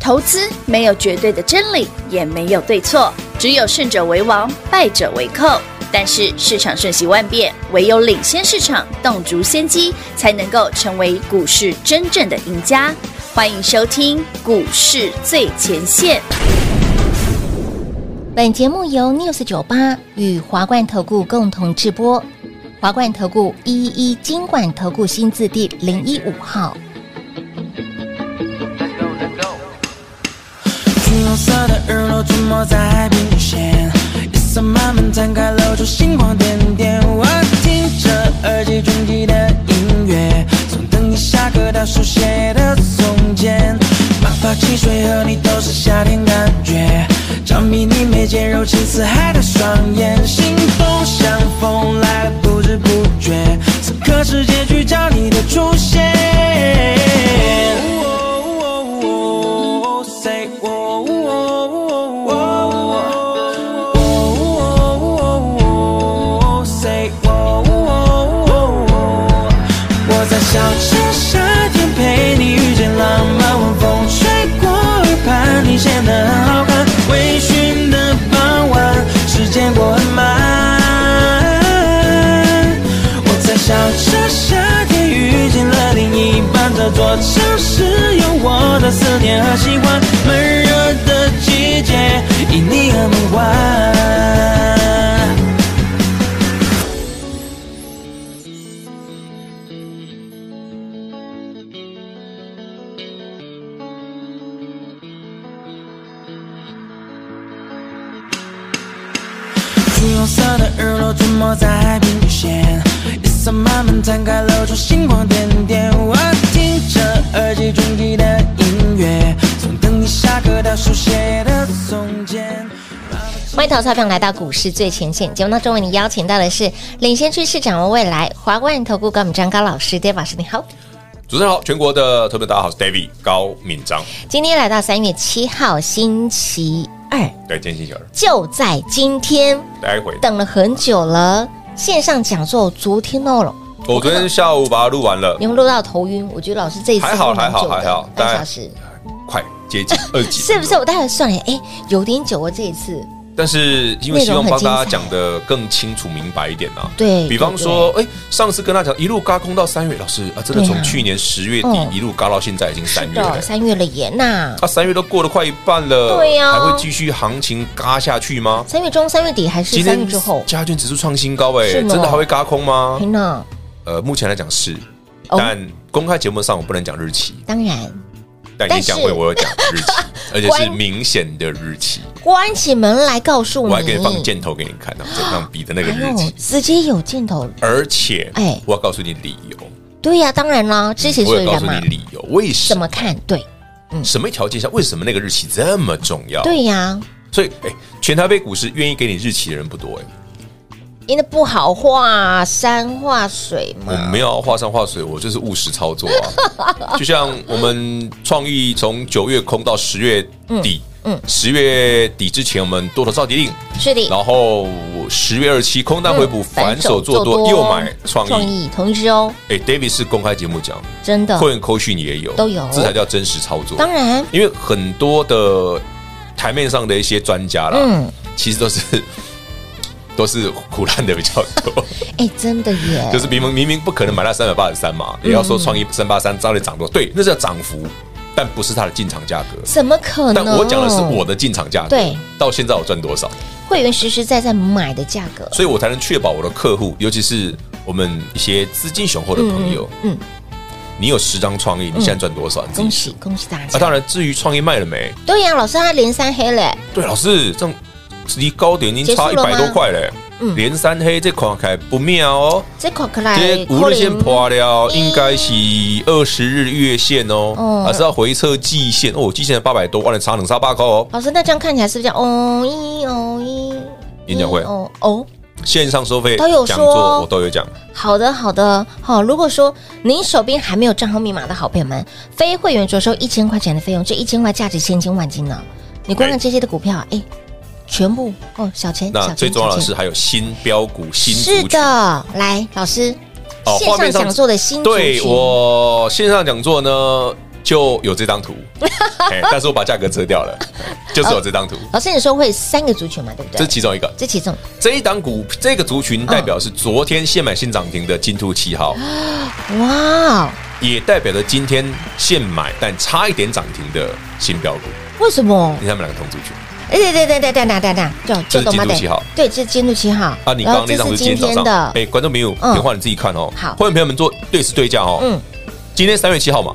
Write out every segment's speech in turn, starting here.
投资没有绝对的真理，也没有对错，只有胜者为王，败者为寇。但是市场瞬息万变，唯有领先市场，洞烛先机，才能够成为股市真正的赢家。欢迎收听股市最前线。 本节目由 News98 与华冠投顾共同制播，华冠投顾111金管投顾新字第015号。 橘红色的日落沉没在海平线，夜色慢慢摊开，露出星光点点。我听着耳机中记的音乐，从等你下课到书写的从前，马发汽水和你都是夏天感觉，着迷你眉间柔情似海的双眼，心动像风来了不知不觉，此刻是结局，找你的出现。小城夏天陪你遇见浪漫，晚风吹过耳畔，你显得很好看。微醺的傍晚，时间过很慢。我在小城夏天遇见了另一半，这座城市有我的思念和喜欢。闷热的季节，因你而梦幻。橘红色的日落沉没在海平线，夜色慢慢摊开，露出星光点点。我听着耳机中记的音乐，从等你下课到书写的从前。 欢迎投资朋友来到股市最前线节目当中，为你邀请到的是领先趋势掌握未来华冠投顾高敏章高老师 ，David 老师你好。 主持人好，全国的特别大家好，我是 David 高敏章。 今天来到3月7号星期二， 对，今天星期二， 就在今天， 待会等了很久了。线上讲座昨天了， 我昨天下午把它录完了， 有没有录到头晕？我觉得老师这一次还好， 半小时， 快接近2集， 是不是？我待会算了，有点久哦，这一次。 但是因为希望帮大家讲得更清楚明白一点啊， 对， 比方说，上次跟他讲一路轧空到3月，老师啊，真的从去年10月底一路轧到现在已经3月了 ，3月了耶呐 ！3月都过了快一半了， 对呀， 还会继续行情轧下去吗 ？3月中、3月底还是3月之后？ 加权指数创新高，真的还会轧空吗？目前来讲是，但公开节目上我不能讲日期， 当然。 但演讲会我有讲日期，而且是明显的日期。 关起门来告诉你， 我还可以放箭头给你看，这样比的那个日期， 直接有箭头。 而且，我要告诉你理由。 对呀，当然啦，知其所以然嘛。 我要告诉你理由，为什么？ 怎么看？对， 什么条件下，为什么那个日期这么重要？ 对呀， 所以，全台北股市愿意给你日期的人不多， 因为不好画山画水嘛。 我没有画山画水，我就是务实操作啊。就像我们创意从9月空到10月底，10月底之前我们多头超跌令， 是的。 然后10月27空单回补，反手做多，又买创意同一支哦。 David 是公开节目讲， 真的， 会员扣讯也有， 都有， 这才叫真实操作。 当然， 因为很多的台面上的一些专家啦，其实都是唬烂的比较多， 真的耶， 就是明明不可能买到383嘛，也要说创意383照例涨多，对，那是叫涨幅，但不是它的进场价格， 怎么可能？ 但我讲的是我的进场价格， 对， 到现在我赚多少？ 会员实实在在买的价格， 所以我才能确保我的客户，尤其是我们一些资金雄厚的朋友，你有10张创意，你现在赚多少？ 恭喜大家！ 当然，至于创意卖了没？ 对呀，老师他连3黑嘞， 对，老师这样。离高点已经差100多块嘞，连3黑这看起来不妙哦。 这看起来这5日线破了，应该是20日月线哦，还是要回测季线哦？季线800多，完了差238块哦。 老师，那这样看起来是不是演讲会线上收费都有说， 讲座我都有讲。 好的，好。如果说您手边还没有账号密码的好朋友们，非会员着收1000块钱的费用，这1000块价值千金万金呢。你光看这些的股票，全部小钱。 那最重要的是还有新标股、新族群。 是的，来老师，线上讲座的新族群。 对，我线上讲座呢， 就有这张图，但是我把价格遮掉了，就是有这张图。 老师，你说会3个族群嘛，对不对？ 这是其中一个， 这其中这一档股这个族群代表是昨天现买现涨停的金兔7号， 哇， 也代表着今天现买但差一点涨停的新标股。 为什么？ 你看他们两个同族群。 对， 这是金兔7号， 对，这是金兔7号啊！你刚刚那张是今天早上的， 观众朋友，电话你自己看哦。 好， 会员朋友们做对时对价哦。今天3月7号嘛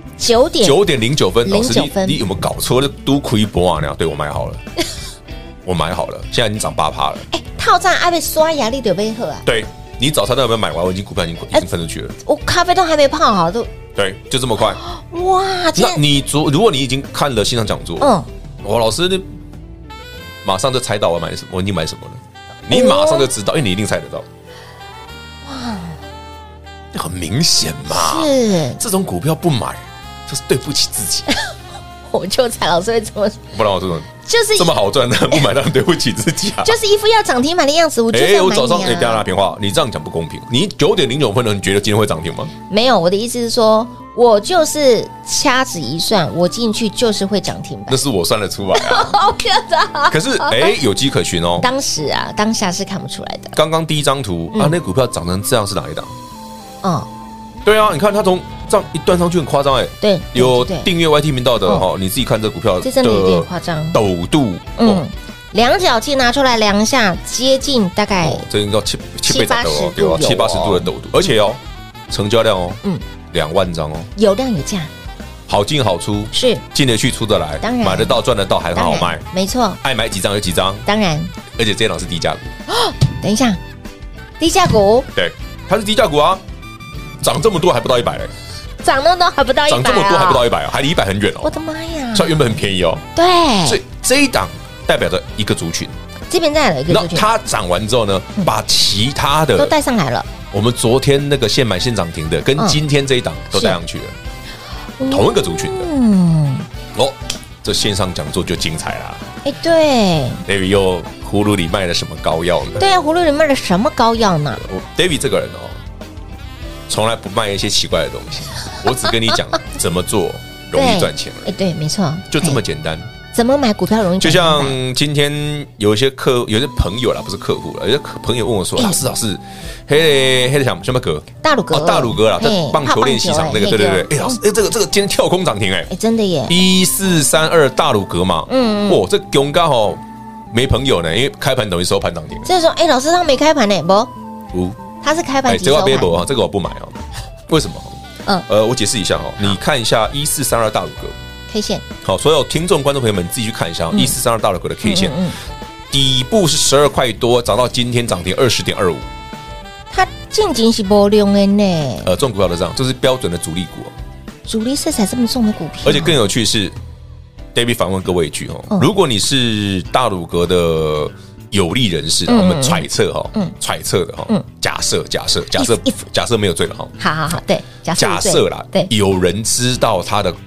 ，9点 09分，老师 09 你有没有搞错？都亏博啊！对我买好了，我买好了，现在已经涨8%了。 套餐还被刷牙力的杯喝啊！ 对你早餐都有没有买完？我已经股票已经分出去了， 我咖啡都还没泡好都。 对，就这么快。 哇！ 那你如果你已经看了线上讲座，我老师你马上就猜到我买什么，我已经买什么了，你马上就知道，因为你一定猜得到。哇，很明显嘛， 是这种股票不买就是对不起自己。 我就猜老师会这么， 不然我这种就是这么好赚的不买，当然对不起自己啊。 就是一副要涨停板的样子，我就是要买你啊。 我早上不要拿电话，你这样讲不公平。你9点09分的，你觉得今天会涨停吗？ 没有，我的意思是说，我就是掐指一算，我进去就是会涨停板。 那是我算得出来啊， 好可怕。 可是有迹可循哦。 当时啊，当下是看不出来的。 刚刚第一张图啊，那股票涨成这样是哪一档？对啊，你看它从这样一段上去很夸张对， 有订阅 YT 频道的你自己看这股票， 这真的有点夸张， 陡度， 量角器拿出来量一下，接近大概这应该7、80度对吧？7、80度的陡度，而且成交量2万张有量有价， 好进好出， 是进得去出得来， 当然买得到赚得到，还很好卖， 没错， 爱买几张有几张， 当然， 而且这一档是低价股。 等一下，低价股， 对，它是低价股啊。涨这么多还不到100嘞， 涨那么多还不到100， 涨这么多还不到100啊，还离100很远哦。 我的妈呀！ 所以原本很便宜哦。 对， 所以这一档代表着一个族群， 这边再来一个族群。 那它涨完之后呢，把其他的都带上来了。 我们昨天那个现买现涨停的，跟今天这一档都带上去了，同一个族群的。这线上讲座就精彩啦。 对 ，David 又葫芦里卖了什么膏药呢？ 对啊，葫芦里卖了什么膏药呢 ？David 这个人从来不卖一些奇怪的东西，我只跟你讲怎么做容易赚钱了。 对，没错， 就这么简单。 怎么买股票容易赚钱？ 就像今天有一些有些朋友啦，不是客户啦，有些朋友问我说：“老师，黑的什么哥？ 大鲁阁， 大鲁阁啦，在棒球练习场那个，对。老师，这个今天跳空涨停真的耶 ！1432大鲁阁嘛，这勇刚好没朋友呢，因为开盘等于收盘涨停。 这时候，老师他没开盘呢，不。他是开盘即收盘， 这个我不买为什么？我解释一下你看一下1432大鲁阁 K 线， 好，所有听众观众朋友们自己去看一下1432大鲁阁的 K 线，底部是12块多，涨到今天涨停20.25， 它近景是波量的呢。 这种股票都这样，这是标准的主力股主力色彩这么重的股票， 而且更有趣是 ，David 反问各位一句如果你是大鲁阁的有利人士，我们揣测揣测的假设没有罪了好，对， 假设啦，对，有人知道他的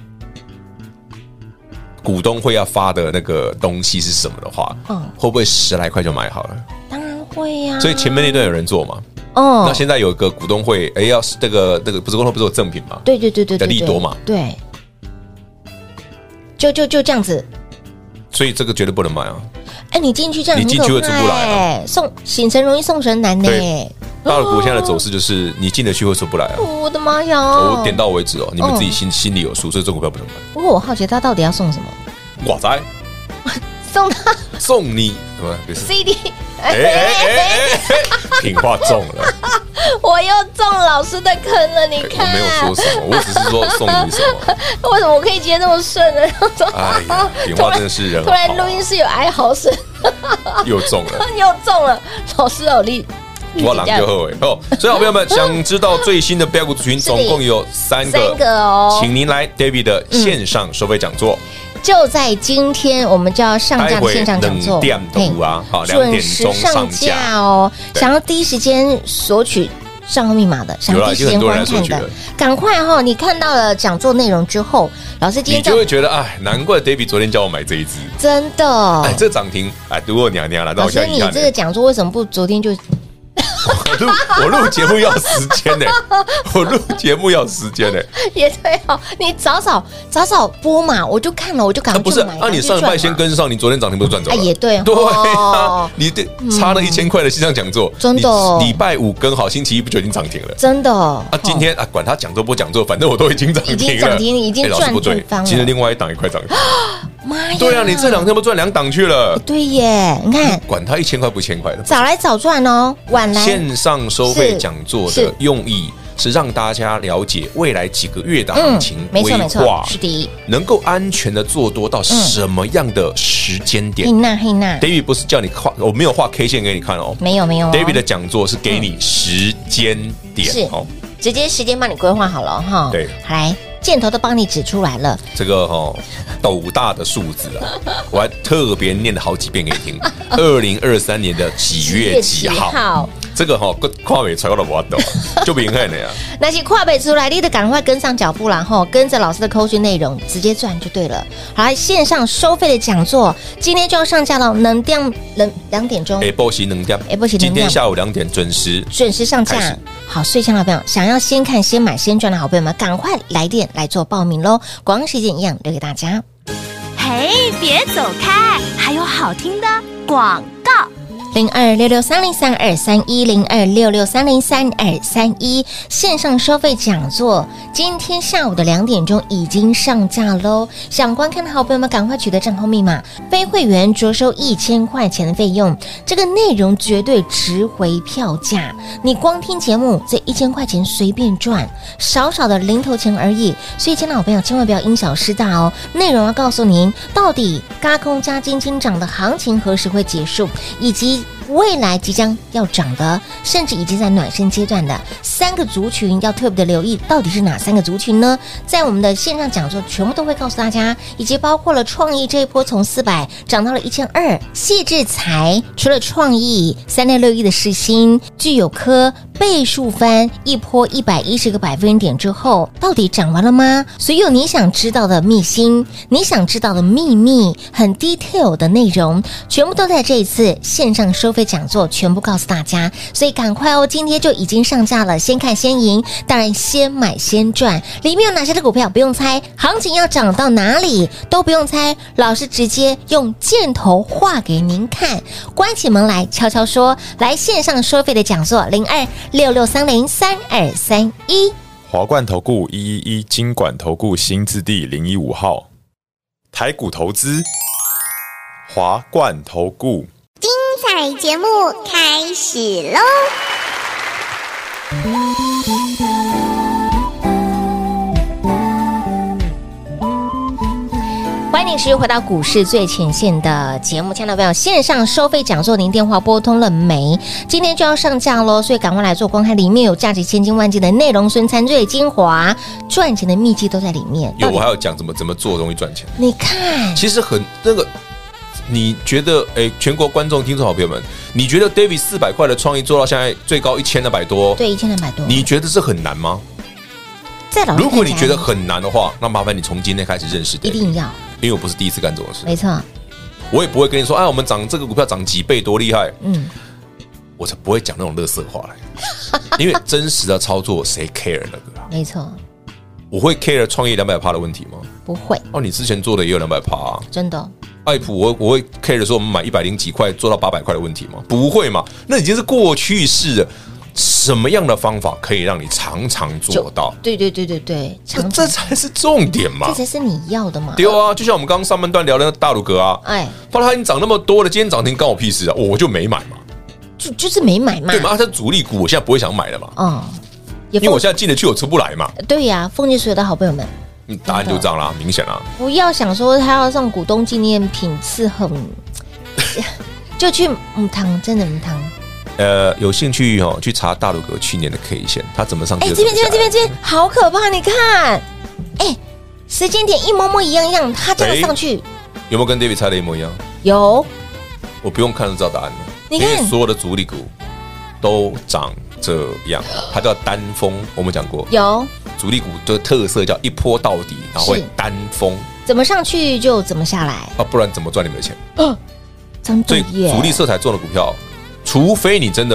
股东会要发的那个东西是什么的话，会不会10来块就买好了？ 当然会呀。 所以前面那段有人做嘛？那现在有一个股东会，要这个不是股东会不是有赠品嘛？ 对， 的利多嘛？ 对，就这样子。 所以这个绝对不能买啊！ 你进去这样， 你进去会出不来醒神容易送神难呢。 大陆股现在的走势就是你进得去会出不来啊！ 我的妈呀！ 我点到为止你们自己心里有数，所以这股票不能买。 不过我好奇他到底要送什么？ 哇塞！送你什么 CD？ 品话中了， 我又中老师的坑了。你看， 我没有说什么，我只是说送你什么。 为什么我可以接那么顺呢？ 哎呀，品话真的是人好。 突然录音室有哀嚎声， 又中了， 老师有力。 我狼就后悔所以好朋友们，想知道最新的标股族群，总共有3个请您来 David 的线上收费讲座。 就在今天，我们就要上架的线上讲座， 准时上架哦。想要第一时间索取账号密码的，想第一时间观看的，赶快你看到了讲座内容之后，老师今天你就会觉得难怪 David 昨天叫我买这一支， 真的， 这涨停，如果娘了， 老师你这个讲座为什么不昨天就？ 我录节目要时间呢，我录节目要时间呢。 也对哦，你早早播嘛，我就看了，我就赶快不是，那你上礼拜先跟上，你昨天涨停不是赚走了？ 也对， 对啊，你差了1000块的线上讲座， 真的， 礼拜5跟好，星期一不就已经涨停了？ 真的啊，今天啊，管他讲座不讲座，反正我都已经涨停了， 已经赚正方了。 今天另外一档也快涨停。 妈呀！ 对啊，你这2天不赚2档去了？ 对耶，你看， 管他1000块不1000块的， 早来早赚哦，晚来。 线上收费讲座的用意是让大家了解未来几个月的行情规划， 是的， 能够安全的做多到什么样的时间点？ 嘿娜 David 不是叫你画，我没有画 K 线给你看哦， 没有。 David 的讲座是给你时间点， 是哦，直接时间帮你规划好了哈。 对， 来。箭头都帮你指出来了，这个斗大的数字啊，我还特别念了好几遍给你听。2023年的几月几号？这个跨尾传到我懂，就明显的呀。 那些跨尾出来，你得赶快跟上脚步啦，跟着老师的扣讯内容，直接赚就对了。好，线上收费的讲座今天就要上架了，2点钟。今天下午2点准时上架。 好，睡前老朋友想要先看先买先赚的好朋友们，赶快来电来做报名喽！广告时间一样留给大家。 嘿，别走开，还有好听的广告。 02663032310266303231线上收费讲座，今天下午的2点钟已经上架喽！想观看的好朋友们，赶快取得账号密码，非会员着收1000块钱的费用，这个内容绝对值回票价。你光听节目，这1000块钱随便赚，少少的零头钱而已。所以，亲爱的好朋友，千万不要因小失大哦！内容要告诉您，到底軋空加金金涨的行情何时会结束，以及未来即将要涨的，甚至已经在暖身阶段的3个族群，要特别的留意，到底是哪3个族群呢？在我们的线上讲座全部都会告诉大家，以及包括了创意这一波从400涨到了1200，矽智财除了创意3661的世新、聚友科倍数翻一波110个百分点之后，到底涨完了吗？所有你想知道的秘辛，你想知道的秘密，很 detail 的内容，全部都在这一次线上收费讲座全部告诉大家，所以赶快哦，今天就已经上架了，先看先赢，当然先买先赚。里面有哪些的股票不用猜，行情要涨到哪里都不用猜，老师直接用箭头画给您看。关起门来悄悄说，来线上收费的讲座0266303231。 华冠投顾111金管投顾新字第015号，台股投资，华冠投顾。 彩节目开始喽！ 欢迎你持续回到股市最前线的节目，亲爱的朋友，线上收费讲座您电话拨通了没？今天就要上架咯，所以赶快来做公开，里面有价值千金万金的内容，孙餐最精华，赚钱的秘籍都在里面。 我还要讲怎么做东西赚钱。 你看， 其实很那个。你觉得全国观众、听众好朋友们，你觉得 David 400块的创意做到现在最高1200多？ 对，1200多。 你觉得这很难吗？如果你觉得很难的话，那麻烦你从今天开始认识 David， 一定要， 因为我不是第一次干这种事。 没错， 我也不会跟你说，我们涨这个股票涨几倍多厉害，我才不会讲那种垃圾话来，因为真实的操作谁 care 那个？ 没错。 我会 care 创业200%的问题吗？ 不会。 你之前做的也有200%啊， 真的。 爱普我会 care 说我们买100几块做到800块的问题吗？不会嘛，那已经是过去式了。什么样的方法可以让你常常做到？ 对， 这才是重点嘛， 这才是你要的嘛。 对啊，就像我们刚刚上半段聊的那大鲁阁啊，不然它已经涨那么多了，今天涨停关我屁事啊，我就没买嘛， 就是没买嘛， 对嘛？它是主力股，我现在不会想买了嘛，因为我现在进得去，我出不来嘛。 对呀，奉劝所有的好朋友们。 答案就这样啦，明显啦。 不要想说他要上股东纪念品是很，就去母汤，真的母汤。 有兴趣去查大鲁阁去年的 K 线，它怎么上去？ 这边好可怕！你看，时间点一模模一样，它这样上去， 有没有跟 David 猜的一模一样？ 有， 我不用看就知道答案了。 你看， 所有的主力股都长这样，它叫单峰，我们讲过。 有主力股的特色叫一波到底，然后会单峰， 怎么上去就怎么下来不然怎么赚你们的钱？ 真的耶！ 所以主力色彩重的股票，除非你真的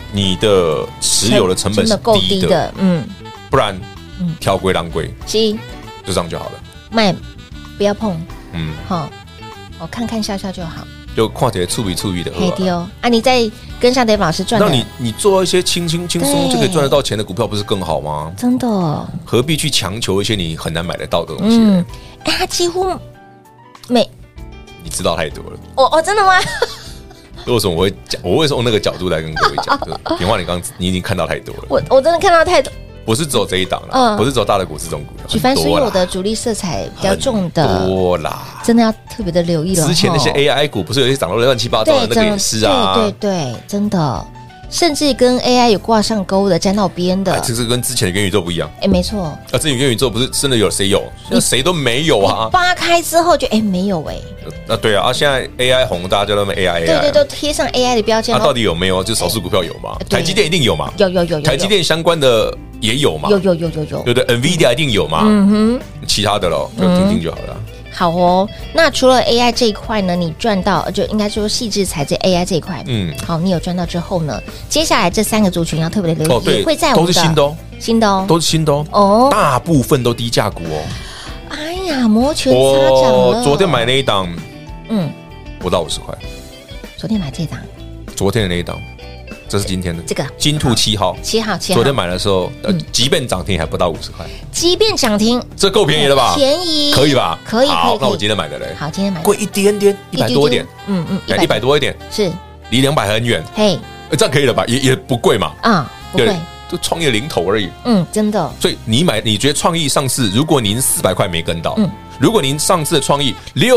你的持有的成本是够低低的，不然挑龟让龟，就这样就好了。 卖不要碰，好，我看看笑笑就好。 就看起来触笔的黑丢啊！你再跟上 David 老师赚， 那你做一些轻松就可以赚得到钱的股票，不是更好吗？ 真的，何必去强求一些你很难买得到的东西？ 他几乎没， 你知道太多了。 哦，真的吗？ 为什么我会从那个角度来跟各位讲？平花，你已经看到太多了。 我真的看到太多。 不是只有这一档啦，不是只有大的股市这种股票， 举凡所有的主力色彩比较重的， 多啦， 真的要特别的留意了。 之前那些 AI 股不是有些涨得乱七八糟的，那个也是啊， 对，真的，甚至跟 AI 有挂上钩的、沾到边的， 这是跟之前的元宇宙不一样。 没错， 啊，之前元宇宙不是真的有谁有，现在谁都没有啊。 扒开之后就没有对啊，现在 AI 红，大家就那么 AI， 对，都贴上 AI 的标签。 那到底有没有？就少数股票有嘛？台积电一定有嘛？ 有， 台积电相关的也有嘛？ 有， 对不对 ？NVIDIA 一定有嘛？其他的咯，就听听就好了。 好哦，那除了 AI 这一块呢，你赚到就应该说细制材这 AI 这一块，好，你有赚到之后呢，接下来这3个族群要特别的留意，也会在我们的都是新的哦，都是新的哦，大部分都低价股哦。 哎呀，摩拳擦掌了。 我昨天买那一档，不到50块。 昨天买这档， 昨天的那一档，这是今天的这个金兔7号，昨天买的时候，即便涨停还不到50块， 即便涨停， 这够便宜了吧？ 便宜， 可以吧？ 可以。 好，那我今天买的嘞， 好，今天买贵一点点，100多一点，100多一点， 是离200很远， 嘿， 这样可以了吧？也不贵嘛， 不贵， 就创业零头而已， 真的。 所以你觉得创意上市，如果您400块没跟到，如果您上次的创意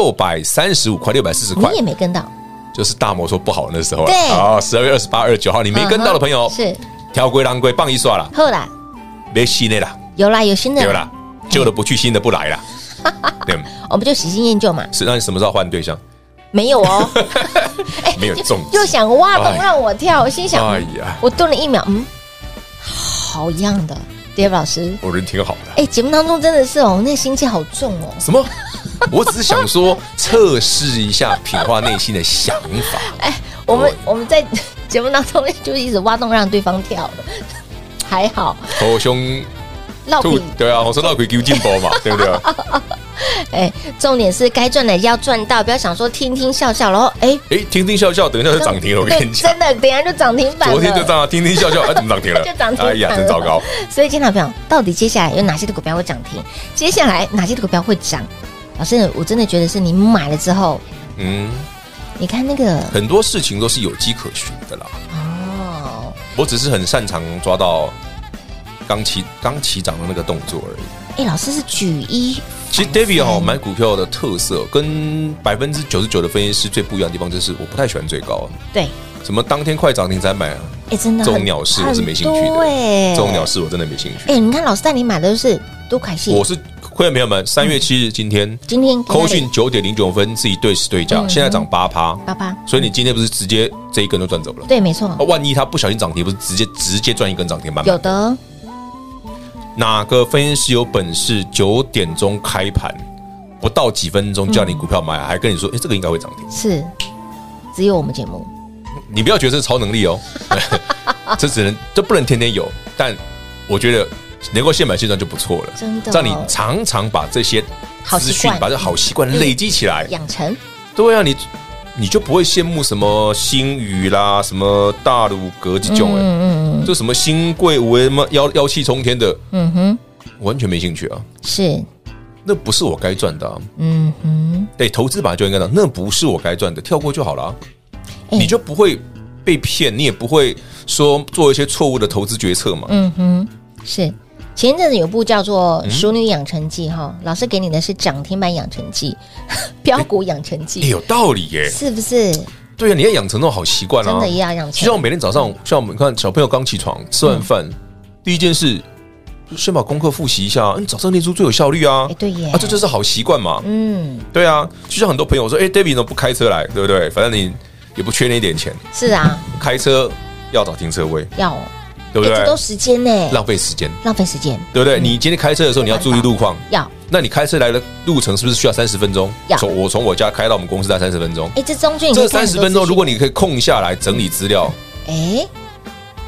635块、640块， 你也没跟到。 就是大摩说不好的那时候了。12月28、29号你没跟到的朋友， 是挑龟狼龟棒一刷了， 后来没新的啦， 有新的， 有啦，旧的不去，新的不来啦。对， 我们就喜新厌旧嘛。 是，那你什么时候换对象？ 没有哦， 没有中， 又想挖洞让我跳，我心想， 哎呀， 我顿了1秒，好样的，David老师， 我人挺好的。 节目当中真的是那心机好重哦。 什么？我只是想说测试一下品花内心的想法。 我们在节目当中就一直挖洞让对方跳了，还好。 头胸绕皮， 对啊，我说绕皮丢进波嘛，对不对？ 重点是该赚的要赚到，不要想说听听笑笑，然后听听笑笑，等一下就涨停了。我跟你讲， 真的，等一下就涨停板了。 昨天就这样，听听笑笑，怎么涨停了？ 就涨停板了。 哎呀，真糟糕。 所以，亲爱的朋友，到底接下来有哪些的股票会涨停？接下来哪些的股票会涨？老师，我真的觉得是你买了之后，你看那个很多事情都是有迹可循的啦。我只是很擅长抓到刚起涨的那个动作而已。 老师是举一。 其实 David 买股票的特色跟99%的分析师最不一样的地方，就是我不太喜欢追高。 对， 什么当天快涨停才买啊？ 真的， 这种鸟事我是没兴趣的。这种鸟事我真的没兴趣。 你看老师带你买的都是多凯系， 我是会员朋友们，3月7日今天扣讯9点09分自己对时对价，现在涨8%，所以你今天不是直接这一根都赚走了？ 对，没错。 万一它不小心涨停，不是直接赚一根涨停板？ 有的。 哪个分析师有本事9点钟开盘不到几分钟叫你股票买，还跟你说这个应该会涨停？ 是，只有我们节目。 你不要觉得这是超能力哦，这不能天天有，但我觉得能够现买现赚就不错了。 真的， 让你常常把这些资讯、把这好习惯累积起来， 养成。 对啊，你就不会羡慕什么星宇啦、什么大鲁阁这种就什么新贵五什么妖气冲天的，完全没兴趣啊。 是， 那不是我该赚的啊。投资本来就应该那不是我该赚的，跳过就好了。你就不会被骗，你也不会说做一些错误的投资决策嘛。 是。前一阵子有部叫做《熟女养成记》老师给你的是涨停板养成记，标股养成记， 有道理耶， 是不是？ 对啊，你要养成那种好习惯啊， 真的要养成。 就像我每天早上，像我们看小朋友刚起床吃完饭，第一件事先把功课复习一下，早上念书最有效率啊。 对耶， 这就是好习惯嘛。对啊，就像很多朋友说，David 呢不开车来，对不对？反正你也不缺那一点钱。 是啊， 开车要找停车位， 要。 对不对？ 这都时间呢， 浪费时间， 对不对？你今天开车的时候，你要注意路况。那你开车来的路程是不是需要30分钟？我从我家开到我们公司大概30分钟。 这中间这30分钟，如果你可以空下来整理资料，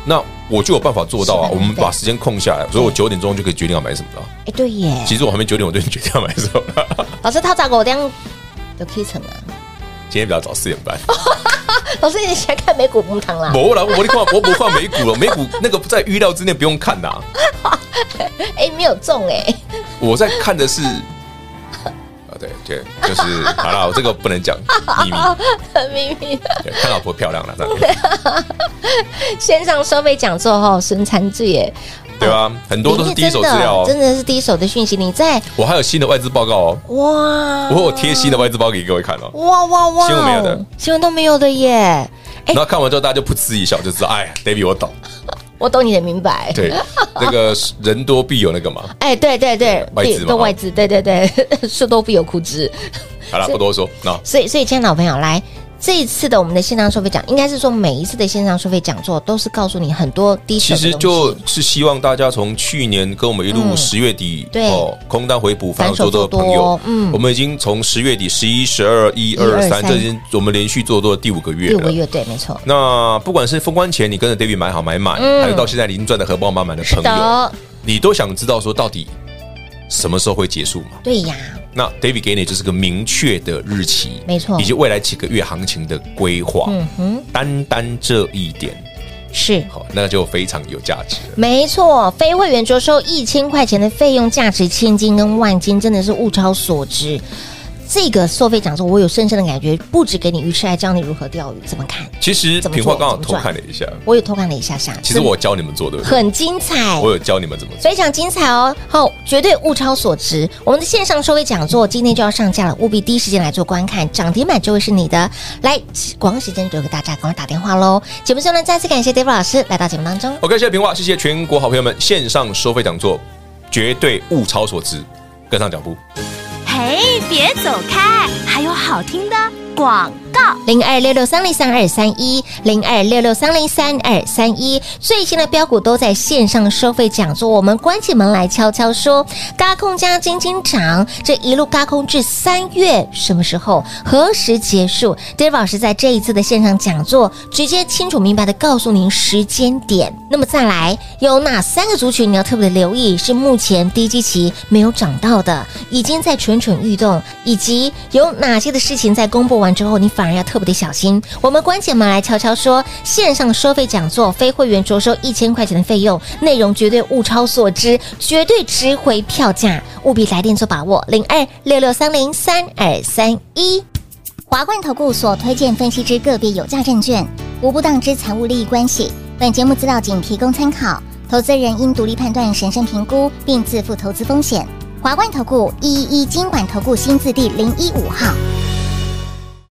那我就有办法做到啊。 是的我们把时间空下来，所以我9点钟就可以决定要买什么了。 哎，对耶， 其实我还没9点，我就决定要买什么了。 老师套早狗这样就可以成啊。 今天比较早，4点半。 老师，你喜欢看美股红糖啦？ 我不看美股了，美股那个在预料之内，不用看的。 哎，没有中哎。 我在看的是。对，就是好了，我这个不能讲秘密。对，看老婆漂亮了，这样。 线上收费讲座后，孙残志耶， 对吧？很多都是第一手资料哦， 真的是第一手的讯息。你在， 我还有新的外资报告哦。 哇， 我有贴新的外资报告给各位看哦。 哇， 新闻没有的， 新闻都没有的耶。 然后看完之后，大家就噗嗤一笑，就知道，哎 ，David 我懂。 我懂你的明白， 对，那个人多必有那个嘛， 哎，对， 外资嘛， 都外资，对，树多必有枯枝。 好了，不多说，那所以，亲爱的老朋友，来这一次的我们的线上收费讲，应该是说每一次的线上收费讲座都是告诉你很多低手的东西。 其实就是希望大家从去年跟我们一路10月底空单回补反手做多的朋友，我们已经从10月底11、12、1、2、3，这已经我们连续做多的第5个月了。 第5个月，对，没错。 那不管是封关前你跟着 David 买好买满，还有到现在已经赚的荷包满满的朋友，你都想知道说到底什么时候会结束嘛？ 对呀。 那 David 给你就是个明确的日期， 没错， 以及未来几个月行情的规划。单这一点是好，那就非常有价值了。 没错，非会员着收1000块钱的费用，价值千金跟万金，真的是物超所值。这个收费讲座，我有深深的感觉，不止给你鱼吃，还教你如何钓鱼，怎么看？ 其实平话刚好偷看了一下， 我有偷看了一下下。 其实我教你们做的很精彩， 我有教你们怎么做， 非常精彩哦！好，绝对物超所值。我们的线上收费讲座今天就要上架了，务必第一时间来做观看，涨停板就会是你的。来，广告时间留给大家，赶快打电话喽！节目最后呢，再次感谢 David 老师来到节目当中。 OK，谢谢平话，谢谢全国好朋友们，线上收费讲座绝对物超所值，跟上脚步。 嘿，别走开，还有好听的广告。 0266303231，0266303231，最新的标股都在线上收费讲座，我们关起门来悄悄说，軋空加金金涨，这一路軋空至3月，什么时候何时结束 ？David 老师在这一次的线上讲座，直接清楚明白的告诉您时间点。那么再来，有哪3个族群你要特别的留意，是目前低基期没有涨到的，已经在蠢蠢欲动，以及有哪些的事情在公布完之后，你反而要特别的小心。我们关起门来悄悄说，线上收费讲座，非会员着收1000块钱的费用，内容绝对物超所值，绝对值回票价，务必来电做把握。0266303231。 华冠投顾所推荐分析之个别有价证券，无不当之财务利益关系。本节目资料仅提供参考，投资人应独立判断、审慎评估，并自负投资风险。华冠投顾111金管投顾新字第015号。